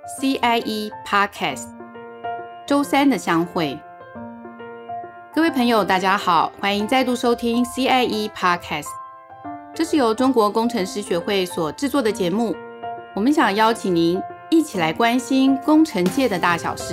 CIE Podcast 周三的相会。各位朋友大家好，欢迎再度收听 CIE Podcast。 这是由中国工程师学会所制作的节目，我们想邀请您一起来关心工程界的大小事。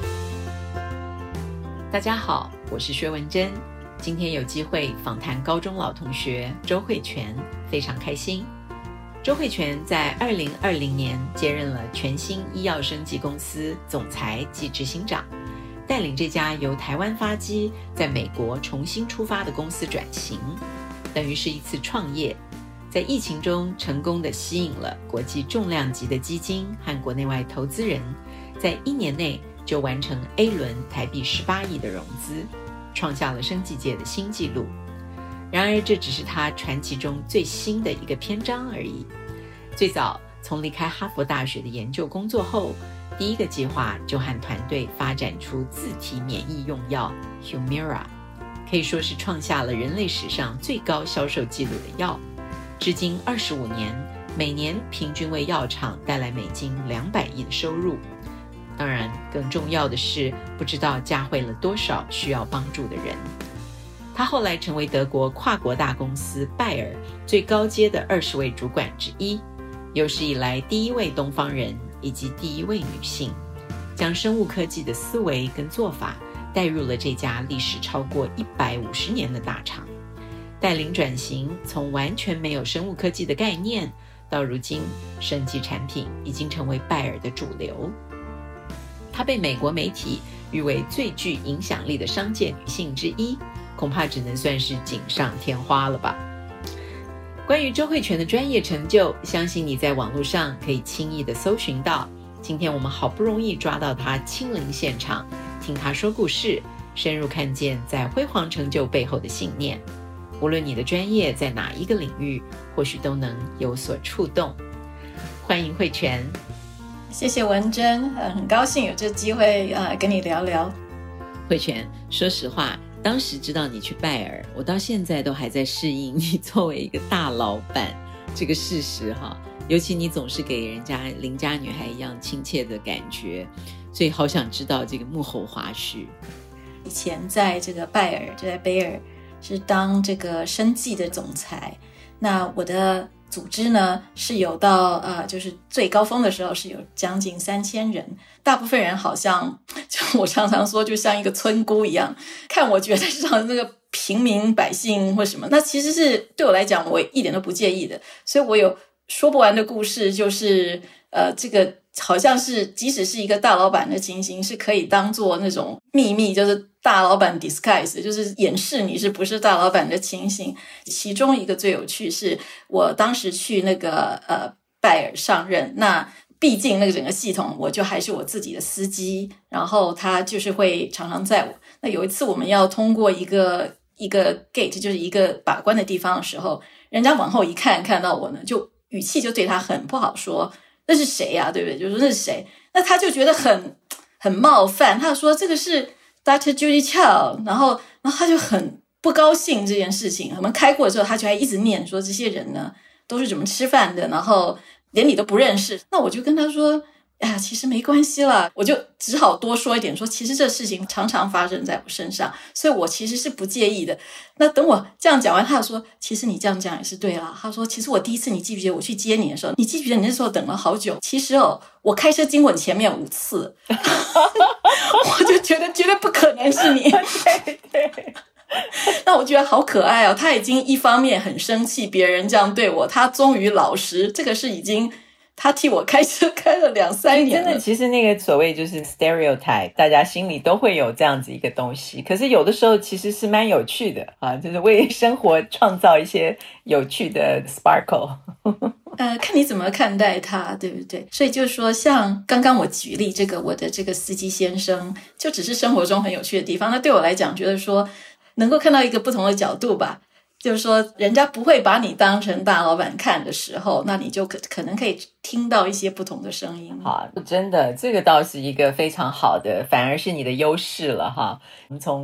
大家好，我是薛文珍，今天有机会访谈高中老同学周慧全，非常开心。周慧全在2020年接任了全新医药生技公司总裁及执行长，带领这家由台湾发迹在美国重新出发的公司转型，等于是一次创业。在疫情中成功地吸引了国际重量级的基金和国内外投资人，在1年内就完成 A 轮台币18亿的融资，创下了生技界的新纪录。然而这只是他传奇中最新的一个篇章而已。最早从离开哈佛大学的研究工作后，第一个计划就和团队发展出自体免疫用药 Humira， 可以说是创下了人类史上最高销售纪录的药。至今25年，每年平均为药厂带来美金200亿的收入。当然更重要的是，不知道嘉惠了多少需要帮助的人。他后来成为德国跨国大公司拜耳最高阶的20位主管之一，有史以来第一位东方人以及第一位女性，将生物科技的思维跟做法带入了这家历史超过150年的大厂，带领转型从完全没有生物科技的概念，到如今生技产品已经成为拜耳的主流。她被美国媒体誉为最具影响力的商界女性之一，恐怕只能算是锦上添花了吧。关于周慧全的专业成就，相信你在网络上可以轻易地搜寻到。今天我们好不容易抓到她亲临现场，听她说故事，深入看见在辉煌成就背后的信念。无论你的专业在哪一个领域，或许都能有所触动。欢迎慧全。 谢谢文珍，很高兴有这机会跟你聊聊。 慧全，说实话，当时知道你去拜耳，我到现在都还在适应你作为一个大老板这个事实哈。尤其你总是给人家邻家女孩一样亲切的感觉，所以好想知道这个幕后花絮。 以前在这个拜耳，就在贝尔是当这个生技的总裁，那我的组织呢是有到就是最高峰的时候是有将近3000人，大部分人好像就我常常说就像一个村姑一样，看我觉得像那个平民百姓或什么，那其实是对我来讲我一点都不介意的。所以我有说不完的故事，就是这个好像是即使是一个大老板的情形是可以当做那种秘密，就是大老板 disguise， 就是掩饰你是不是大老板的情形。其中一个最有趣是我当时去那个拜耳上任，那毕竟那个整个系统我就还是我自己的司机，然后他就是会常常载我。那有一次我们要通过一个 gate， 就是一个把关的地方的时候，人家往后一看，看到我呢，就语气就对他很不好，说那是谁呀，对不对？就说那是谁？那他就觉得很冒犯，他说这个是 Dr. Judy Chow， 然后他就很不高兴这件事情。我们开过之后，他就还一直念说这些人呢都是怎么吃饭的，然后连你都不认识。那我就跟他说其实没关系啦，我就只好多说一点，说其实这事情常常发生在我身上，所以我其实是不介意的。那等我这样讲完，他说其实你这样讲也是对啦。他说其实我第一次，你记不记得我去接你的时候，你记不记得你那时候等了好久？其实我开车经过你前面5次我就觉得绝对不可能是你对那我觉得好可爱哦，他已经一方面很生气别人这样对我，他终于老实，这个是已经他替我开车开了2-3年了。 真的，其实那个所谓就是 stereotype， 大家心里都会有这样子一个东西，可是有的时候其实是蛮有趣的就是为生活创造一些有趣的 sparkle 看你怎么看待它，对不对？所以就是说像刚刚我举例这个我的这个司机先生，就只是生活中很有趣的地方。那对我来讲觉得说能够看到一个不同的角度吧，就是说人家不会把你当成大老板看的时候，那你就可能可以听到一些不同的声音。 好，真的这个倒是一个非常好的，反而是你的优势了哈。我们从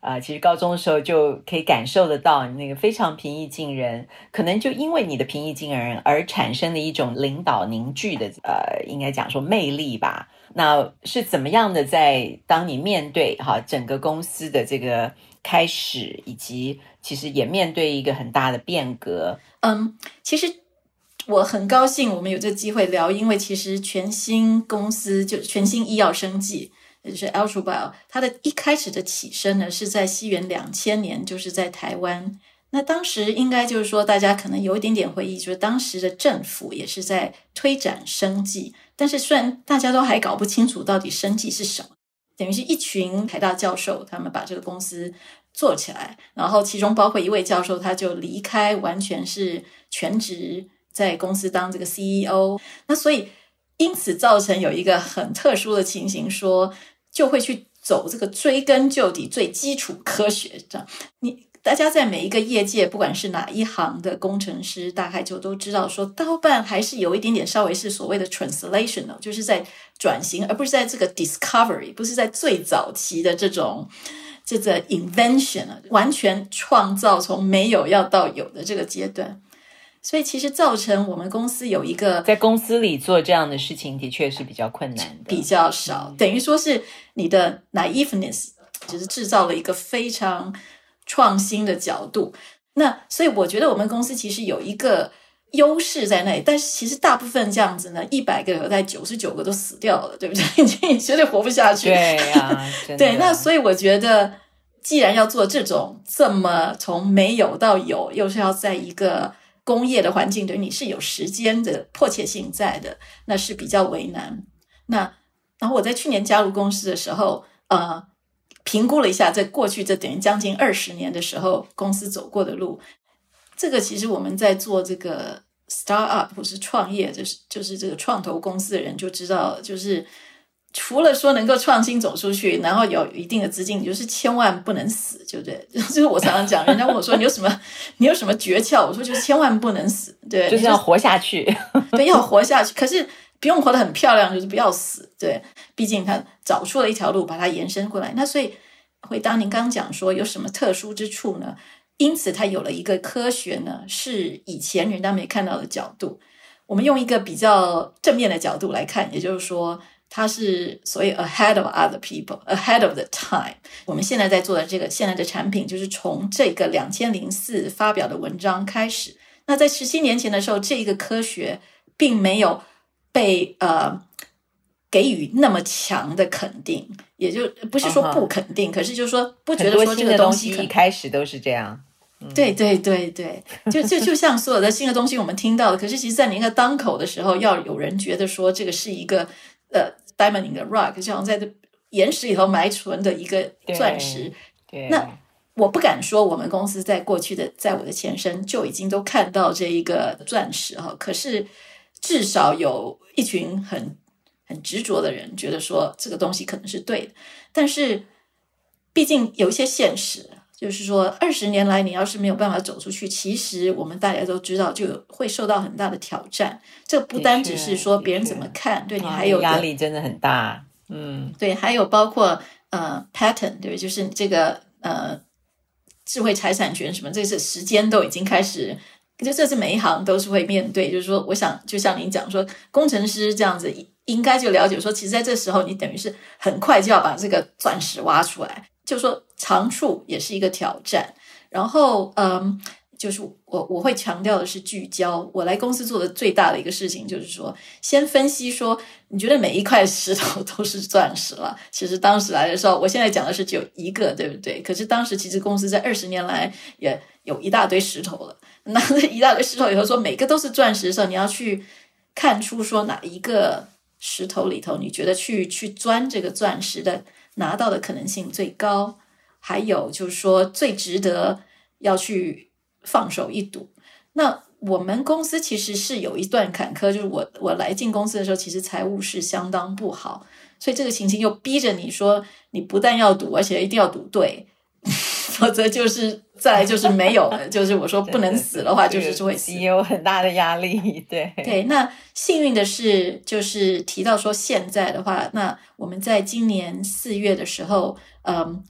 其实高中的时候就可以感受得到你那个非常平易近人，可能就因为你的平易近人而产生的一种领导凝聚的应该讲说魅力吧。那是怎么样的在当你面对整个公司的这个开始，以及其实也面对一个很大的变革？ 其实我很高兴我们有这个机会聊，因为其实全新公司就全新医药生技，也就是 Ultrabio， 它的一开始的起身呢是在西元2000年，就是在台湾。那当时应该就是说大家可能有一点点回忆，就是当时的政府也是在推展生技，但是虽然大家都还搞不清楚到底生技是什么，等于是一群台大教授他们把这个公司做起来，然后其中包括一位教授他就离开，完全是全职在公司当这个 CEO。 那所以因此造成有一个很特殊的情形，说就会去走这个追根究底最基础科学，这样大家在每一个业界不管是哪一行的工程师大概就都知道说多半还是有一点点稍微是所谓的 translational， 就是在转型，而不是在这个 discovery， 不是在最早期的这个 invention， 完全创造从没有要到有的这个阶段。所以其实造成我们公司有一个在公司里做这样的事情的确是比较困难的， 比较少，等于说是你的 naiveness 就是制造了一个非常创新的角度。那所以我觉得我们公司其实有一个优势在那里，但是其实大部分这样子呢，100个有在99个都死掉了，对不对？你绝对活不下去。 对啊，真的。 对，那所以我觉得既然要做这种这么从没有到有，又是要在一个工业的环境，对，你是有时间的迫切性在的，那是比较为难。然后我在去年加入公司的时候，评估了一下在过去这等于将近20年的时候公司走过的路，这个其实我们在做这个 startup 或是创业，就是这个创投公司的人就知道，就是除了说能够创新走出去，然后有一定的资金，你就是千万不能死，对不对？就是我常常讲，人家问我说你有什么诀窍？我说就是千万不能死，对， 就是要活下去， 对，要活下去。可是不用活得很漂亮，就是不要死，对，毕竟他找出了一条路，把它延伸过来。那所以回答您刚刚讲说有什么特殊之处呢？因此它有了一个科学呢，是以前人家没看到的角度。我们用一个比较正面的角度来看，也就是说它是所谓 ahead of other people, ahead of the time。 我们现在在做的这个现在的产品就是从这个2004发表的文章开始。那在17年前的时候，这个科学并没有被给予那么强的肯定，也就不是说不肯定，可是就是说不觉得说这个东西一开始都是这样。 对对对对，就像所有的新的东西我们听到的，可是其实在你那个当口的时候，要有人觉得说这个是一个diamond in the rock， 就像在岩石里头埋存的一个钻石。 对， 那我不敢说我们公司在过去的在我的前身就已经都看到这一个钻石哈，可是至少有一群很执着的人觉得说这个东西可能是对的。但是毕竟有一些现实，就是说20年来你要是没有办法走出去，其实我们大家都知道就会受到很大的挑战。这不单只是说别人怎么看，对你还有压力真的很大。 对，还有包括patent， 对，就是这个智慧财产权什么，这是时间都已经开始，就这是每一行都是会面对。就是说我想就像您讲说工程师这样子应该就了解说，其实在这时候你等于是很快就要把这个钻石挖出来，就说长处也是一个挑战。然后就是我会强调的是聚焦。我来公司做的最大的一个事情就是说，先分析说你觉得每一块石头都是钻石了。其实当时来的时候，我现在讲的是只有一个，对不对？可是当时其实公司在20年来也有一大堆石头了。那一大堆石头以后说每个都是钻石的时候，你要去看出说哪一个石头里头你觉得去钻这个钻石的拿到的可能性最高，还有就是说最值得要去放手一赌。那我们公司其实是有一段坎坷，就是我来进公司的时候其实财务是相当不好，所以这个情形又逼着你说你不但要赌，而且一定要赌对，否则就是再来就是没有了。就是我说不能死的话就是会死， 也有很大的压力。 对，那幸运的是就是提到说现在的话，那我们在今年4月的时候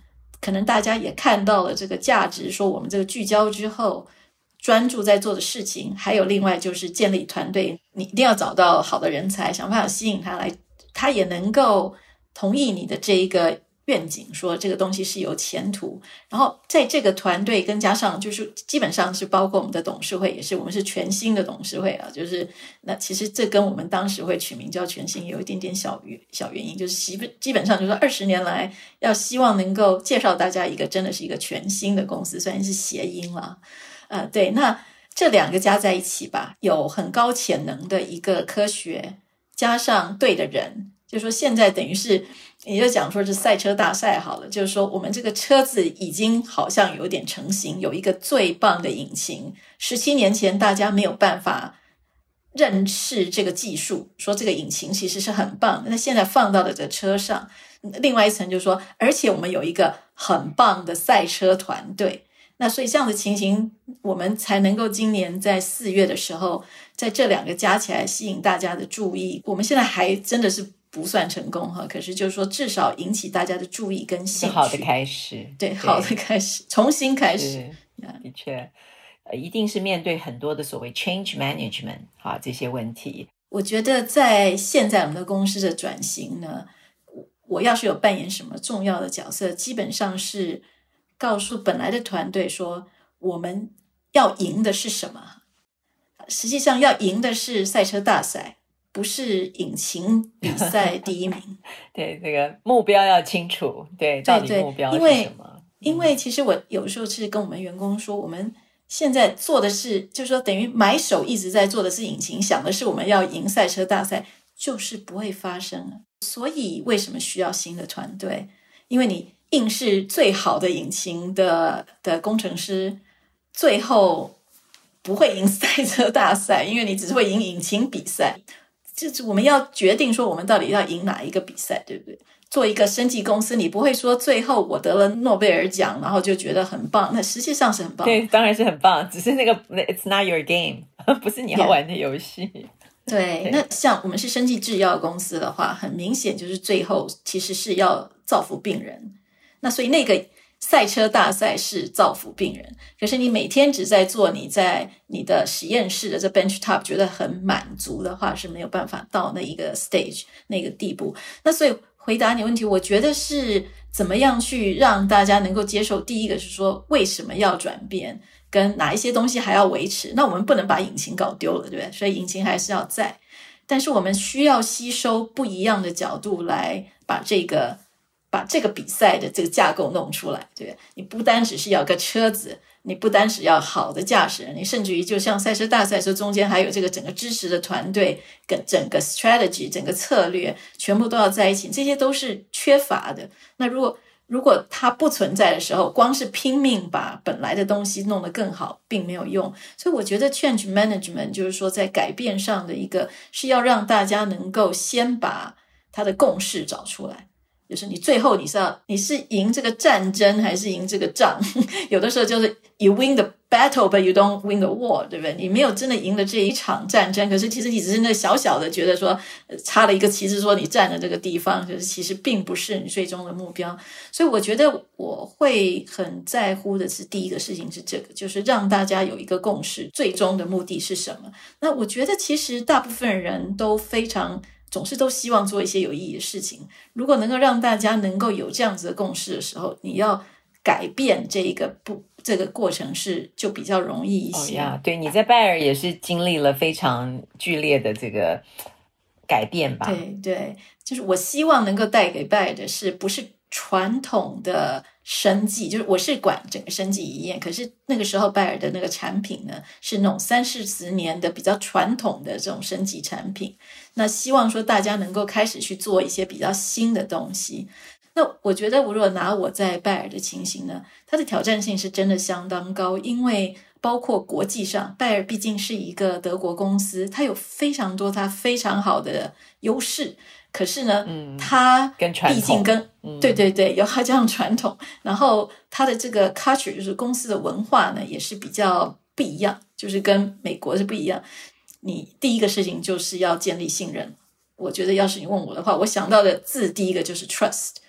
可能大家也看到了这个价值，说我们这个聚焦之后专注在做的事情，还有另外就是建立团队，你一定要找到好的人才，想办法吸引他来，他也能够同意你的这一个愿景，说这个东西是有前途。然后在这个团队跟加上就是基本上是包括我们的董事会，也是我们是全新的董事会啊，就是那其实这跟我们当时会取名叫全新有一点点小原因，就是基本上就是20年来要希望能够介绍大家一个真的是一个全新的公司，虽然是谐音啦。对，那这两个加在一起吧，有很高潜能的一个科学，加上对的人，就是说现在等于是，你就讲说是赛车大赛好了，就是说我们这个车子已经好像有点成型，有一个最棒的引擎。17年前大家没有办法认识这个技术，说这个引擎其实是很棒的，那现在放到了这车上。另外一层就是说，而且我们有一个很棒的赛车团队。那所以这样的情形，我们才能够今年在4月的时候，在这两个加起来吸引大家的注意。我们现在还真的是不算成功哈，可是就是说至少引起大家的注意跟兴趣， 好的开始， 对，好的开始，重新开始。 的确，一定是面对很多的所谓 change management 这些问题。 我觉得在现在我们的公司的转型呢，我要是有扮演什么重要的角色，基本上是告诉本来的团队说我们要赢的是什么。实际上要赢的是赛车大赛，不是引擎比赛第一名。 对，这个目标要清楚，对，到底目标是什么？ 因为其实我有时候是跟我们员工说，我们现在做的是，就是说等于买手一直在做的是引擎，想的是我们要赢赛车大赛，就是不会发生。所以为什么需要新的团队？因为你硬是最好的引擎的工程师，最后不会赢赛车大赛，因为你只是会赢引擎比赛。就是我们要决定说我们到底要赢哪一个比赛，对不对？做一个生技公司，你不会说最后我得了诺贝尔奖然后就觉得很棒，那实际上是很棒。 对，当然是很棒，只是那个 it's not your game 不是你要玩的游戏。 对，那像我们是生技制药公司的话，很明显就是最后其实是要造福病人。那所以那个赛车大赛是造福病人，可是你每天只在做你在你的实验室的这 bench top 觉得很满足的话，是没有办法到那一个 stage 那个地步。那所以回答你问题，我觉得是怎么样去让大家能够接受。第一个是说为什么要转变，跟哪一些东西还要维持。那我们不能把引擎搞丢了，对不对？所以引擎还是要在，但是我们需要吸收不一样的角度来把这个比赛的这个架构弄出来，对不对？你不单只是要个车子，你不单只要好的驾驶人，你甚至于就像赛车大赛说中间还有这个整个支持的团队跟整个 strategy 整个策略全部都要在一起，这些都是缺乏的。那如果它不存在的时候，光是拼命把本来的东西弄得更好并没有用。所以我觉得 change management 就是说在改变上的一个是要让大家能够先把它的共识找出来，就是你最后你是赢这个战争还是赢这个仗有的时候就是 you win the battle but you don't win the war， 对不对？你没有真的赢了这一场战争，可是其实你只是那小小的觉得说插了一个旗帜说你占了这个地方，就是其实并不是你最终的目标。所以我觉得我会很在乎的是第一个事情是这个，就是让大家有一个共识，最终的目的是什么。那我觉得其实大部分人都总是都希望做一些有意义的事情，如果能够让大家能够有这样子的共识的时候，你要改变这个过程就比较容易一些。 对，你在拜耳也是经历了非常剧烈的这个改变吧？ 对，就是我希望能够带给拜耳的是不是传统的生技，就是我是管整个生技医院，可是那个时候拜耳的那个产品呢是那种30-40年的比较传统的这种生技产品，那希望说大家能够开始去做一些比较新的东西。那我觉得如果拿我在拜耳的情形呢，它的挑战性是真的相当高，因为包括国际上，拜耳毕竟是一个德国公司，它有非常多它非常好的优势，可是呢它毕竟对有它这样传统，然后它的这个 culture 就是公司的文化呢也是比较不一样，就是跟美国是不一样。你第一个事情就是要建立信任，我觉得要是你问我的话，我想到的字第一个就是 trust。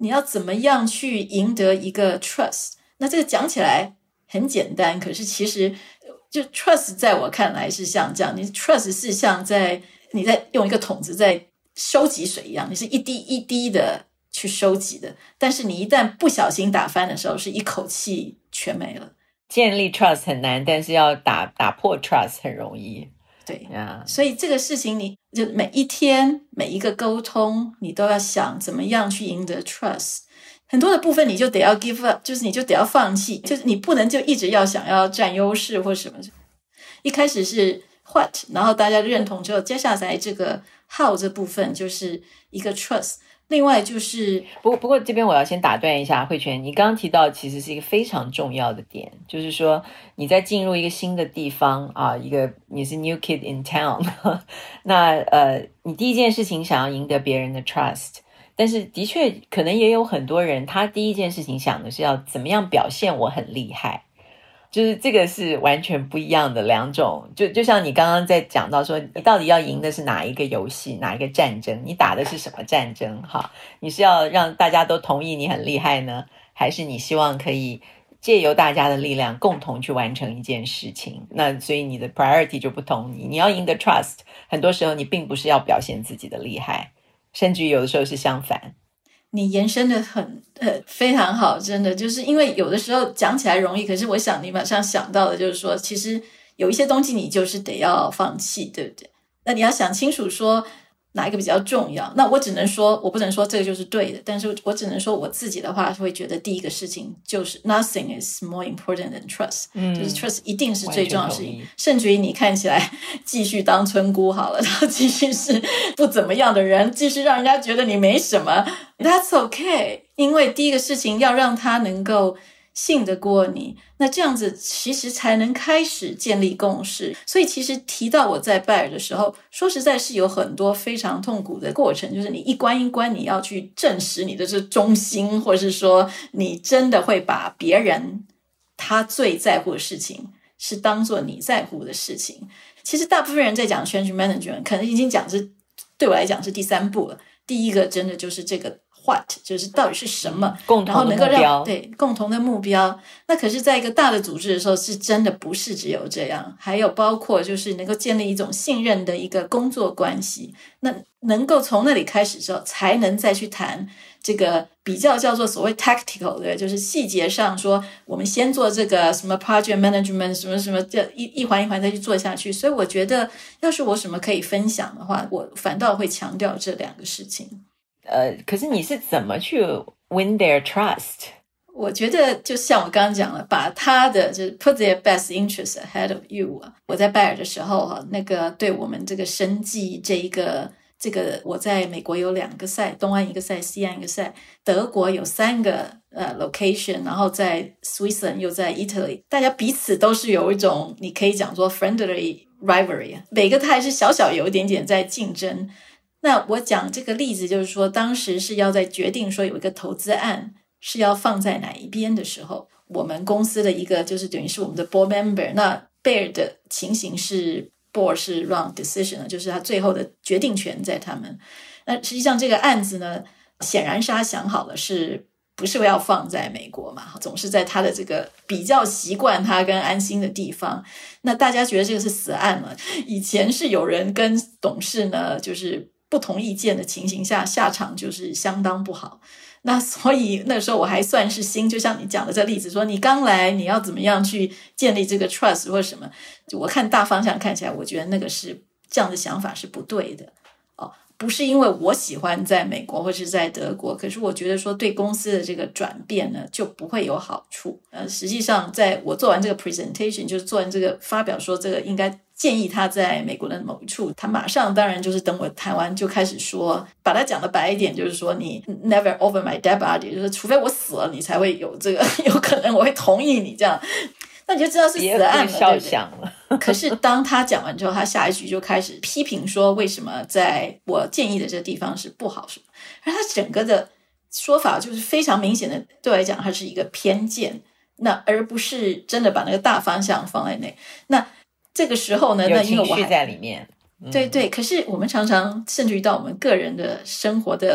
你要怎么样去赢得一个 trust。 那这个讲起来很简单，可是其实就 trust 在我看来是像这样，你 trust 是像你在用一个桶子在收集水一样，你是一滴一滴的去收集的，但是你一旦不小心打翻的时候，是一口气全没了。 建立 trust 很难，但是要打破 trust 很容易。 对，所以这个事情你就每一天每一个沟通你都要想怎么样去赢得 trust。 很多的部分你就得要 give up， 就是你就得要放弃，就是你不能就一直要想要占优势或什么。一开始是 what， 然后大家认同之后，接下来这个 how 这部分就是一个 trust。另外就是不过这边我要先打断一下，慧泉，你刚刚提到其实是一个非常重要的点，就是说你在进入一个新的地方啊，你是 new kid in town 那你第一件事情想要赢得别人的 trust， 但是的确可能也有很多人他第一件事情想的是要怎么样表现我很厉害，就是这个是完全不一样的两种，就像你刚刚在讲到说你到底要赢的是哪一个游戏，哪一个战争，你打的是什么战争哈？你是要让大家都同意你很厉害呢，还是你希望可以借由大家的力量共同去完成一件事情？那所以你的 priority 就不同，你要赢得 trust， 很多时候你并不是要表现自己的厉害，甚至于有的时候是相反。 你延伸的非常好，真的就是因为有的时候讲起来容易，可是我想你马上想到的就是说，其实有一些东西你就是得要放弃，对不对？那你要想清楚说哪一个比较重要。那我不能说这个就是对的，但是我只能说我自己的话会觉得第一个事情就是 nothing is more important than trust，就是 trust 一定是最重要的事情，甚至于你看起来继续当村姑好了，然后继续是不怎么样的人，继续让人家觉得你没什么， that's okay， 因为第一个事情要让他能够信得过你，那这样子其实才能开始建立共识。所以其实提到我在拜尔的时候，说实在是有很多非常痛苦的过程，就是你一关一关你要去证实你的这忠心，或是说你真的会把别人他最在乎的事情是当作你在乎的事情。其实大部分人在讲 change management 可能已经讲是对我来讲是第三步了，第一个真的就是这个what， 就是到底是什么， 共同的目标， 然后能够让对共同的目标。那可是在一个大的组织的时候，是真的不是只有这样，还有包括就是能够建立一种信任的一个工作关系。那能够从那里开始之后，才能再去谈这个比较叫做所谓 tactical 的，就是细节上说我们先做这个什么 project management 什么什么，这一环一环再去做下去。所以我觉得要是我什么可以分享的话，我反倒会强调这两个事情。 可是你是怎么去 win their trust？ 我觉得就像我刚刚讲了，把他的就是 put their best interest ahead of you。 我在拜尔的时候那个对我们这个生技这个我在美国有2个赛，东岸一个赛，西岸一个赛，德国有3个location， 然后在 Switzerland 又在 Italy， 大家彼此都是有一种你可以讲说 friendly rivalry， 每个他还是小小有一点点在竞争。那我讲这个例子就是说，当时是要在决定说有一个投资案是要放在哪一边的时候，我们公司的一个就是等于是我们的 board member， 那贝尔的情形是 board 是 wrong decision， 就是他最后的决定权在他们。那实际上这个案子呢，显然是他想好了是不是要放在美国嘛，总是在他的这个比较习惯他跟安心的地方。那大家觉得这个是死案了，以前是有人跟董事呢就是不同意见的情形下，下场就是相当不好。那所以那时候我还算是新，就像你讲的这个例子说，你刚来你要怎么样去建立这个 trust 或什么，就我看大方向看起来，我觉得那个是这样的想法是不对的不是因为我喜欢在美国或是在德国，可是我觉得说对公司的这个转变呢就不会有好处。实际上在我做完这个 presentation， 就是做完这个发表说这个应该建议他在美国的某一处，他马上当然就是等我谈完就开始说，把他讲的白一点就是说，你 never over my dead body， 就是除非我死了你才会有这个有可能我会同意你这样。那你就知道是死案了， 笑响了。 可是当他讲完之后，他下一句就开始批评说为什么在我建议的这个地方是不好什么，而他整个的说法就是非常明显的，对我来讲它是一个偏见，那而不是真的把那个大方向放在内。那这个时候呢， 有那因为情绪在里面。 对对，可是我们常常甚至于到我们个人的生活的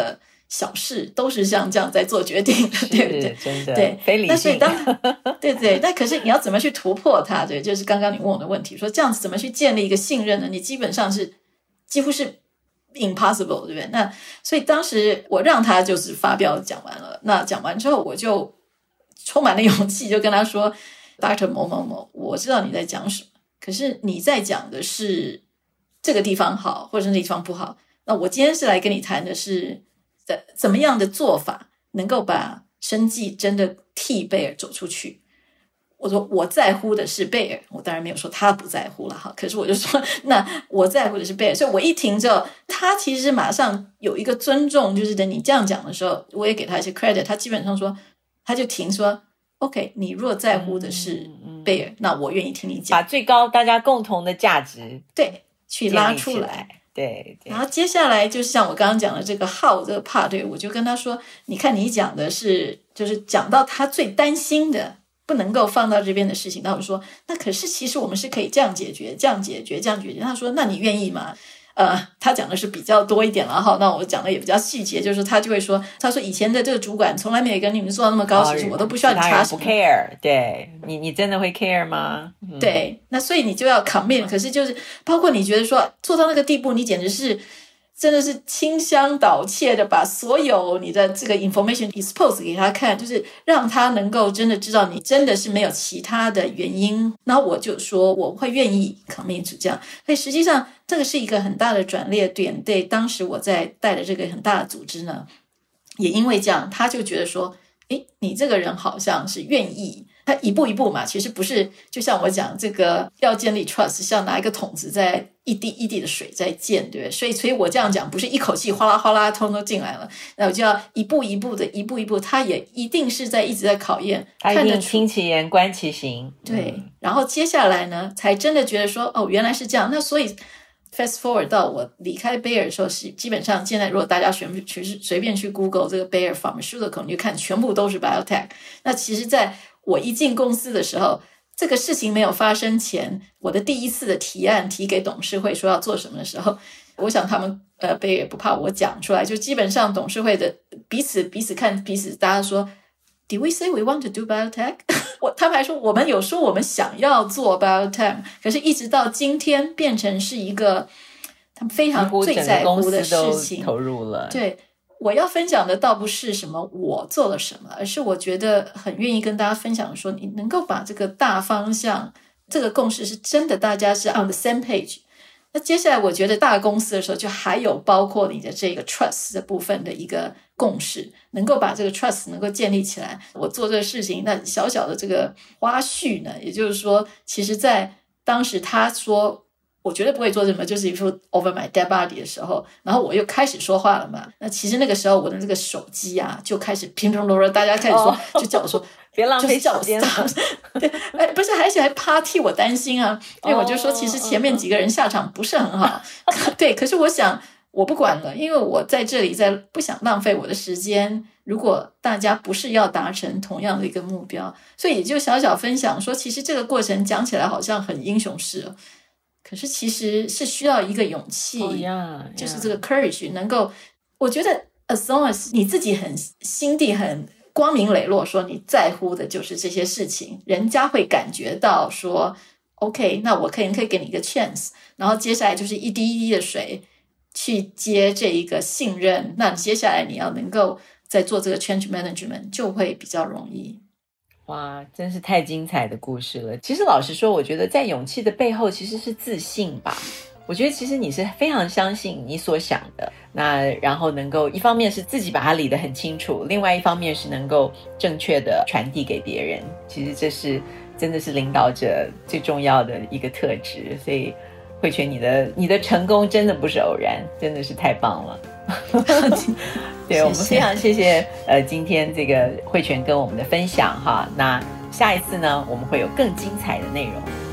小事都是像这样在做决定的，对不对？ 真的， 对， 非理性。 那所以对，那可是你要怎么去突破它？对，就是刚刚你问我的问题，说这样子怎么去建立一个信任呢？你基本上是几乎是 impossible， 对不对？那所以当时我让他就是发表讲完了，那讲完之后我就充满了勇气，就跟他说 Dr. 某某某，我知道你在讲什么，可是你在讲的是这个地方好，或者是那地方不好。那我今天是来跟你谈的是怎么样的做法能够把生技真的替贝尔走出去。我说我在乎的是贝尔，我当然没有说他不在乎了哈，可是我就说那我在乎的是贝尔，所以我一停之后，他其实马上有一个尊重，就是等你这样讲的时候，我也给他一些 credit， 他基本上说他就停说 OK， 你若在乎的是贝尔，那我愿意听你讲， 把最高大家共同的价值对去拉出来。 对， 然后接下来就是像我刚刚讲的这个 how 这个 part， 对，我就跟他说，你看你讲的是就是讲到他最担心的不能够放到这边的事情，那我说那可是其实我们是可以这样解决这样解决这样解决。他说那你愿意吗？他讲的是比较多一点了哈，那我讲的也比较细节，就是他就会说，他说以前的这个主管从来没有跟你们做到那么高，其实我都不需要你插手。 不 care， 对你真的会 care 吗？ 对，那所以你就要 commit， 可是就是包括你觉得说做到那个地步，你简直是真的是倾乡倒切的把所有你的这个 information expose 给他看，就是让他能够真的知道你真的是没有其他的原因。然后我就说我会愿意 commit 这样，所以实际上这个是一个很大的转捩点。对，当时我在带的这个很大的组织呢，也因为这样，他就觉得说，诶，你这个人好像是愿意。他一步一步嘛，其实不是就像我讲这个要建立 trust， 像拿一个桶子在一滴一滴的水在溅，对不对？所以我这样讲不是一口气哗啦哗啦通都进来了，那我就要一步一步的一步一步，他也一定是一直在考验， 他一定听其言观其行。 对，然后接下来呢才真的觉得说哦原来是这样。那所以 fast forward 到我离开 Bayer 的时候，是基本上现在如果大家随便去 Google 这个 Bayer Pharmaceutical， 你就看全部都是 biotech。 那其实在我一进公司的时候，这个事情没有发生前，我的第一次的提案提给董事会说要做什么的时候，我想他们贝也不怕我讲出来，就基本上董事会的彼此看彼此，大家说 Did we say we want to do biotech？ 他们还说我们有说我们想要做 biotech， 可是一直到今天变成是一个他们非常最在乎的事情， 投入了。 对，我要分享的倒不是什么我做了什么，而是我觉得很愿意跟大家分享说，你能够把这个大方向这个共识是真的大家是 on the same page。 那接下来我觉得大公司的时候就还有包括你的这个 trust 的部分的一个共识，能够把这个 trust 能够建立起来。我做这个事情那小小的这个花絮呢，也就是说其实在当时他说我绝对不会做什么，就是一副 over my dead body 的时候，然后我又开始说话了嘛。那其实那个时候我的这个手机啊就开始乒乒乓乓，大家开始说，就叫我说别浪费时间了。 对，不是，而且还怕替我担心啊。对，我就说其实前面几个人下场不是很好。对，可是我想我不管了，因为我在这里不想浪费我的时间。如果大家不是要达成同样的一个目标，所以也就小小分享说，其实这个过程讲起来好像很英雄式哦，可是其实是需要一个勇气，就是这个 courage 能够，我觉得 as long as 你自己很心地很光明磊落，说你在乎的就是这些事情，人家会感觉到说 OK， 那我可以给你一个 chance， 然后接下来就是一滴一滴的水去接这一个信任，那接下来你要能够在做这个 change management 就会比较容易。 哇，真是太精彩的故事了。其实老实说，我觉得在勇气的背后其实是自信吧。我觉得其实你是非常相信你所想的，那然后能够一方面是自己把它理得很清楚，另外一方面是能够正确的传递给别人。其实这是真的是领导者最重要的一个特质。所以慧泉，你的成功真的不是偶然，真的是太棒了。对，我们非常谢谢今天这个慧泉跟我们的分享哈。那下一次呢，我们会有更精彩的内容。